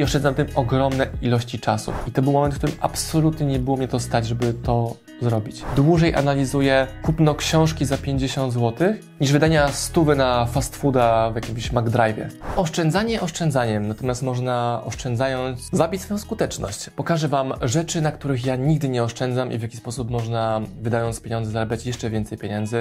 oszczędzam tym ogromne ilości czasu. I to był moment, w którym absolutnie nie było mnie to stać, żeby to zrobić. Dłużej analizuję kupno książki za 50 zł, niż wydania 100 na fast fooda w jakimś McDrive'ie. Oszczędzanie oszczędzaniem, natomiast można oszczędzając zabić swoją skuteczność. Pokażę Wam rzeczy, na których ja nigdy nie oszczędzam i w jaki sposób można, wydając pieniądze, zarabiać jeszcze więcej pieniędzy.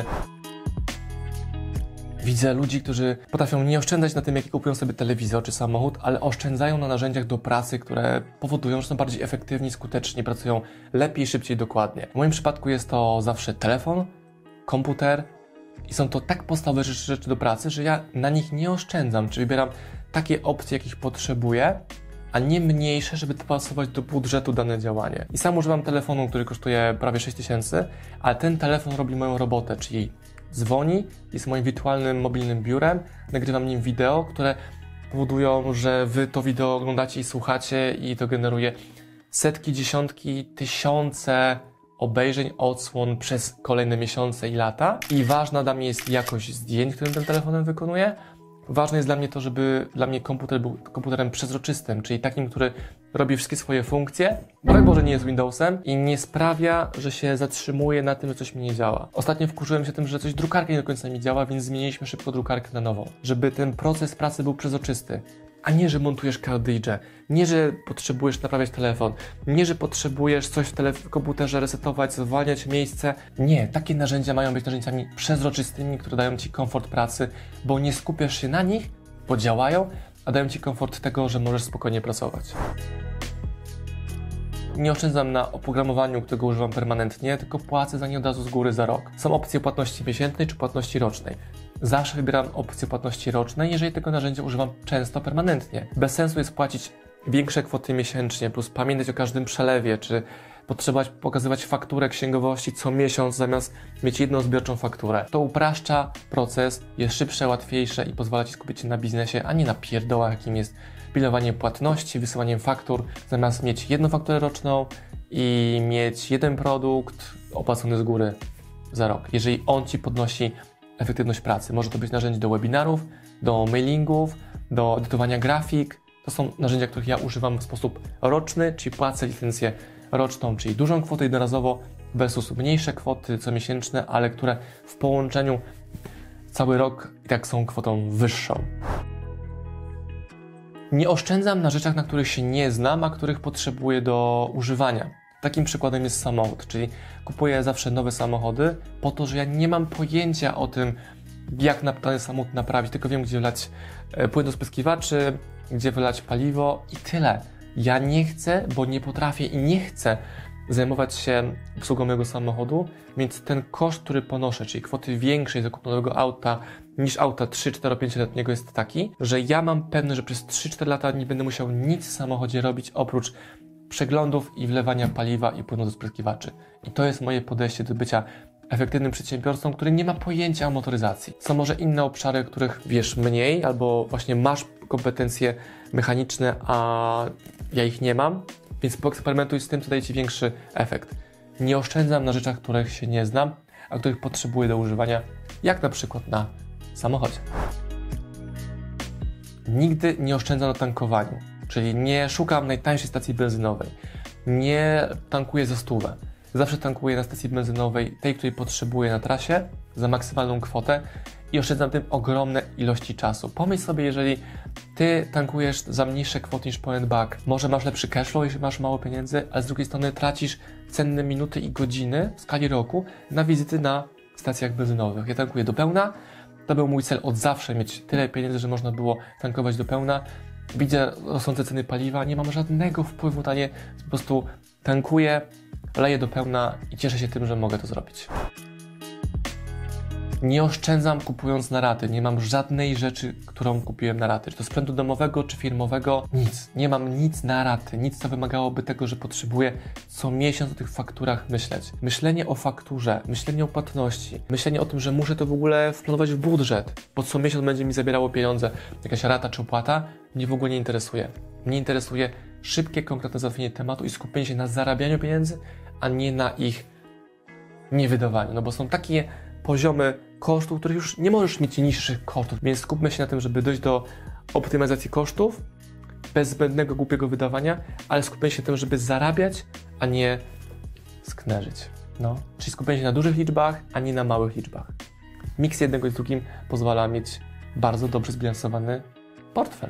Widzę ludzi, którzy potrafią nie oszczędzać na tym, jaki kupują sobie telewizor czy samochód, ale oszczędzają na narzędziach do pracy, które powodują, że są bardziej efektywni, skuteczni, pracują lepiej, szybciej, dokładnie. W moim przypadku jest to zawsze telefon, komputer i są to tak podstawowe rzeczy do pracy, że ja na nich nie oszczędzam, czy wybieram takie opcje, jakich potrzebuję, a nie mniejsze, żeby dopasować do budżetu dane działanie. I sam używam telefonu, który kosztuje prawie 6000, ale ten telefon robi moją robotę, czyli dzwoni, jest moim wirtualnym, mobilnym biurem, nagrywam nim wideo, które powodują, że Wy to wideo oglądacie i słuchacie i to generuje setki, dziesiątki, tysiące obejrzeń, odsłon przez kolejne miesiące i lata. I ważna dla mnie jest jakość zdjęć, którym tym telefonem wykonuję. Ważne jest dla mnie to, żeby dla mnie komputer był komputerem przezroczystym, czyli takim, który robi wszystkie swoje funkcje, broń Boże nie jest Windowsem i nie sprawia, że się zatrzymuje na tym, że coś mi nie działa. Ostatnio wkurzyłem się tym, że coś drukarka nie do końca mi działa, więc zmieniliśmy szybko drukarkę na nową, żeby ten proces pracy był przezroczysty. A nie, że montujesz kartridże, nie, że potrzebujesz naprawiać telefon, nie, że potrzebujesz coś w komputerze resetować, zwalniać miejsce. Nie, takie narzędzia mają być narzędziami przezroczystymi, które dają Ci komfort pracy, bo nie skupiasz się na nich, bo działają, a dają Ci komfort tego, że możesz spokojnie pracować. Nie oszczędzam na oprogramowaniu, którego używam permanentnie, tylko płacę za nie od razu z góry za rok. Są opcje płatności miesięcznej czy płatności rocznej. Zawsze wybieram opcję płatności rocznej, jeżeli tego narzędzia używam często, permanentnie. Bez sensu jest płacić większe kwoty miesięcznie, plus pamiętać o każdym przelewie, czy potrzebować pokazywać fakturę księgowości co miesiąc, zamiast mieć jedną zbiorczą fakturę. To upraszcza proces, jest szybsze, łatwiejsze i pozwala Ci skupić się na biznesie, a nie na pierdołach, jakim jest pilnowanie płatności, wysyłaniem faktur, zamiast mieć jedną fakturę roczną i mieć jeden produkt opłacony z góry za rok. Jeżeli on Ci podnosi efektywność pracy. Może to być narzędzie do webinarów, do mailingów, do edytowania grafik. To są narzędzia, których ja używam w sposób roczny, czyli płacę licencję roczną, czyli dużą kwotę jednorazowo versus mniejsze kwoty comiesięczne, ale które w połączeniu cały rok i tak są kwotą wyższą. Nie oszczędzam na rzeczach, na których się nie znam, a których potrzebuję do używania. Takim przykładem jest samochód, czyli kupuję zawsze nowe samochody po to, że ja nie mam pojęcia o tym, jak dany samochód naprawić, tylko wiem, gdzie wlać płyn do spryskiwaczy, gdzie wylać paliwo i tyle. Ja nie chcę, bo nie potrafię i nie chcę zajmować się obsługą mojego samochodu, więc ten koszt, który ponoszę, czyli kwoty większej zakupu nowego auta niż auta 3, 4, 5-letniego jest taki, że ja mam pewność, że przez 3-4 lata nie będę musiał nic w samochodzie robić oprócz przeglądów i wlewania paliwa i płynu do spryskiwaczy. I to jest moje podejście do bycia efektywnym przedsiębiorcą, który nie ma pojęcia o motoryzacji. Są może inne obszary, których wiesz mniej, albo właśnie masz kompetencje mechaniczne, a ja ich nie mam, więc poeksperymentuj z tym, co daje Ci większy efekt. Nie oszczędzam na rzeczach, których się nie znam, a których potrzebuję do używania, jak na przykład na samochodzie. Nigdy nie oszczędzam na tankowaniu, czyli nie szukam najtańszej stacji benzynowej, nie tankuję za 100. Zawsze tankuję na stacji benzynowej, tej, której potrzebuję na trasie, za maksymalną kwotę i oszczędzam tym ogromne ilości czasu. Pomyśl sobie, jeżeli Ty tankujesz za mniejsze kwoty niż point back, może masz lepszy cashflow, jeśli masz mało pieniędzy, ale z drugiej strony tracisz cenne minuty i godziny w skali roku na wizyty na stacjach benzynowych. Ja tankuję do pełna, to był mój cel od zawsze, mieć tyle pieniędzy, że można było tankować do pełna. Widzę rosnące ceny paliwa, nie mam żadnego wpływu na nie, po prostu tankuję, leję do pełna i cieszę się tym, że mogę to zrobić. Nie oszczędzam kupując na raty, nie mam żadnej rzeczy, którą kupiłem na raty, czy to sprzętu domowego, czy firmowego, nic. Nie mam nic na raty, nic co wymagałoby tego, że potrzebuję co miesiąc o tych fakturach myśleć. Myślenie o fakturze, myślenie o płatności, myślenie o tym, że muszę to w ogóle wplanować w budżet, bo co miesiąc będzie mi zabierało pieniądze, jakaś rata czy opłata, mnie w ogóle nie interesuje. Mnie interesuje szybkie, konkretne załatwienie tematu i skupienie się na zarabianiu pieniędzy, a nie na ich niewydawaniu, no bo są takie poziomy kosztów, których już nie możesz mieć niższych kosztów, więc skupmy się na tym, żeby dojść do optymalizacji kosztów bez zbędnego, głupiego wydawania, ale skupienie się na tym, żeby zarabiać, a nie sknerzyć. No, czyli skupienie się na dużych liczbach, a nie na małych liczbach. Miks jednego z drugim pozwala mieć bardzo dobrze zbilansowany portfel.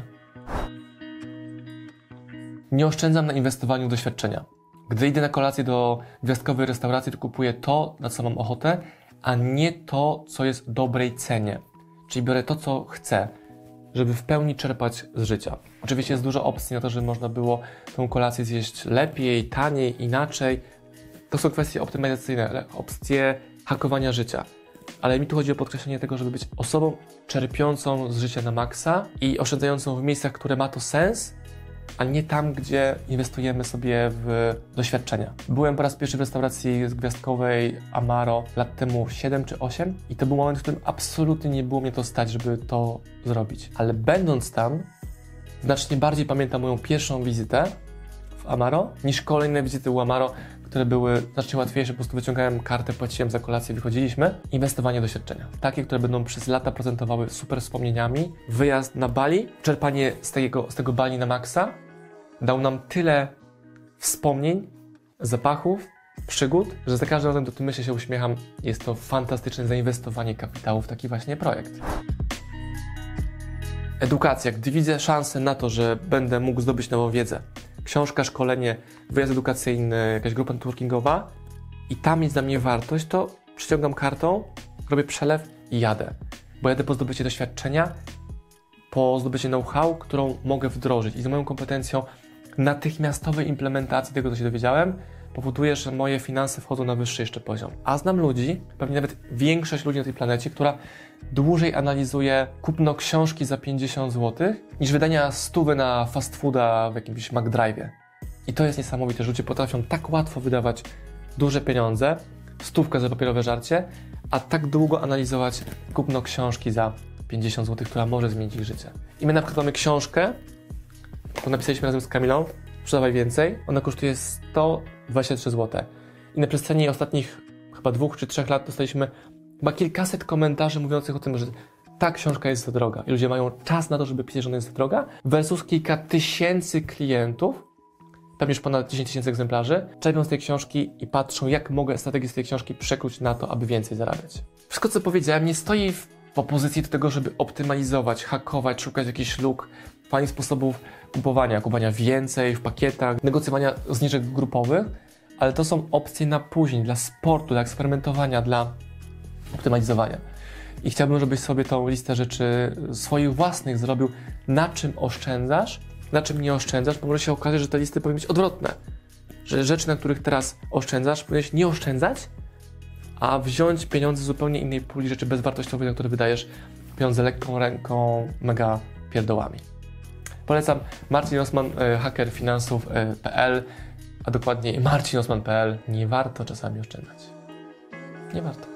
Nie oszczędzam na inwestowaniu w doświadczenia. Gdy idę na kolację do gwiazdkowej restauracji, to kupuję to, na co mam ochotę, a nie to, co jest w dobrej cenie. Czyli biorę to, co chcę, żeby w pełni czerpać z życia. Oczywiście jest dużo opcji na to, żeby można było tą kolację zjeść lepiej, taniej, inaczej. To są kwestie optymalizacyjne, opcje hakowania życia. Ale mi tu chodzi o podkreślenie tego, żeby być osobą czerpiącą z życia na maksa i oszczędzającą w miejscach, które ma to sens, a nie tam, gdzie inwestujemy sobie w doświadczenia. Byłem po raz pierwszy w restauracji z gwiazdkowej Amaro lat temu 7 czy 8 i to był moment, w którym absolutnie nie było mnie to stać, żeby to zrobić. Ale będąc tam, znacznie bardziej pamiętam moją pierwszą wizytę w Amaro niż kolejne wizyty u Amaro, które były znacznie łatwiejsze. Po prostu wyciągałem kartę, płaciłem za kolację, wychodziliśmy. Inwestowanie w doświadczenia. Takie, które będą przez lata procentowały super wspomnieniami. Wyjazd na Bali, czerpanie z tego Bali na maksa dał nam tyle wspomnień, zapachów, przygód, że za każdym razem, do którego się uśmiecham, jest to fantastyczne zainwestowanie kapitału w taki właśnie projekt. Edukacja. Gdy widzę szansę na to, że będę mógł zdobyć nową wiedzę, książka, szkolenie, wyjazd edukacyjny, jakaś grupa networkingowa i tam jest dla mnie wartość, to przyciągam kartą, robię przelew i jadę. Bo jadę po zdobycie doświadczenia, po zdobycie know-how, którą mogę wdrożyć i z moją kompetencją natychmiastowej implementacji tego, co się dowiedziałem, powoduje, że moje finanse wchodzą na wyższy jeszcze poziom. A znam ludzi, pewnie nawet większość ludzi na tej planecie, która dłużej analizuje kupno książki za 50 zł, niż wydania 100 na fast fooda w jakimś McDrive'ie. I to jest niesamowite, że ludzie potrafią tak łatwo wydawać duże pieniądze, 100 za papierowe żarcie, a tak długo analizować kupno książki za 50 zł, która może zmienić ich życie. I my na przykład mamy książkę, którą napisaliśmy razem z Kamilą, Sprzedawaj więcej, ona kosztuje 123 zł. I na przestrzeni ostatnich chyba 2 czy 3 lat dostaliśmy chyba kilkaset komentarzy mówiących o tym, że ta książka jest za droga i ludzie mają czas na to, żeby pisać, że ona jest za droga, versus kilka tysięcy klientów, pewnie już ponad 10 000 egzemplarzy, czerpią z tej książki i patrzą, jak mogę strategię z tej książki przekuć na to, aby więcej zarabiać. Wszystko, co powiedziałem, nie stoi w opozycji do tego, żeby optymalizować, hakować, szukać jakichś luk, fajnych sposobów kupowania więcej w pakietach, negocjowania zniżek grupowych, ale to są opcje na później, dla sportu, dla eksperymentowania, dla optymalizowania. I chciałbym, żebyś sobie tą listę rzeczy swoich własnych zrobił, na czym oszczędzasz, na czym nie oszczędzasz, bo może się okazać, że te listy powinny być odwrotne. Że rzeczy, na których teraz oszczędzasz, powinieneś nie oszczędzać, a wziąć pieniądze z zupełnie innej puli rzeczy bezwartościowych, na które wydajesz pieniądze lekką ręką, mega pierdołami. Polecam Marcin Osman, hakerfinansów.pl, a dokładniej marcinosman.pl. Nie warto czasami oszczędzać. Nie warto.